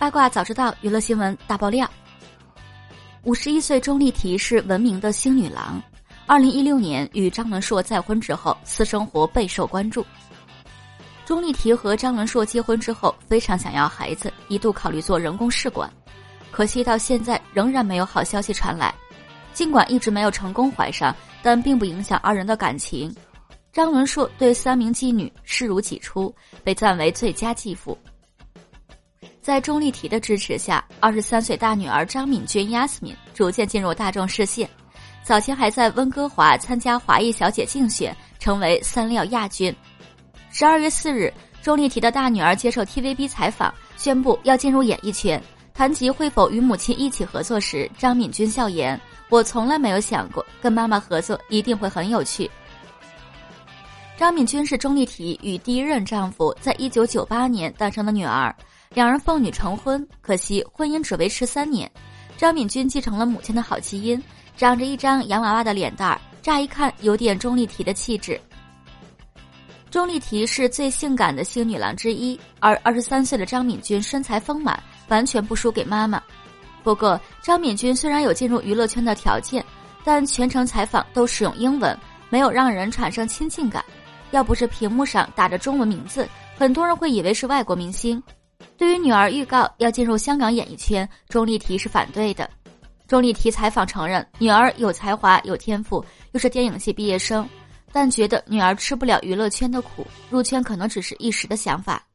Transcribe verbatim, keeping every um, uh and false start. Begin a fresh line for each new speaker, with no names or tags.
八卦早知道，娱乐新闻大爆料。五十一岁钟丽缇是闻名的星女郎，二零一六年与张伦硕再婚之后，私生活备受关注。钟丽缇和张伦硕结婚之后，非常想要孩子，一度考虑做人工试管，可惜到现在仍然没有好消息传来。尽管一直没有成功怀上，但并不影响二人的感情。张伦硕对三名继女视如己出，被赞为最佳继父。在钟丽缇的支持下，二十三岁大女儿张敏君 Yasmin 逐渐进入大众视线。早前还在温哥华参加华裔小姐竞选，成为三料亚军。十二月四日，钟丽缇的大女儿接受 T V B 采访，宣布要进入演艺圈。谈及会否与母亲一起合作时，张敏君笑言：“我从来没有想过跟妈妈合作一定会很有趣。”张敏君是钟丽缇与第一任丈夫在一九九八年诞生的女儿，两人奉女成婚，可惜婚姻只维持三年。张敏君继承了母亲的好基因，长着一张洋娃娃的脸蛋儿，乍一看有点钟丽缇的气质。钟丽缇是最性感的星女郎之一，而二十三岁的张敏君身材丰满，完全不输给妈妈。不过张敏君虽然有进入娱乐圈的条件，但全程采访都使用英文，没有让人产生亲近感。要不是屏幕上打着中文名字，很多人会以为是外国明星。对于女儿预告要进入香港演艺圈，钟丽缇是反对的。钟丽缇采访承认，女儿有才华有天赋，又是电影系毕业生，但觉得女儿吃不了娱乐圈的苦，入圈可能只是一时的想法。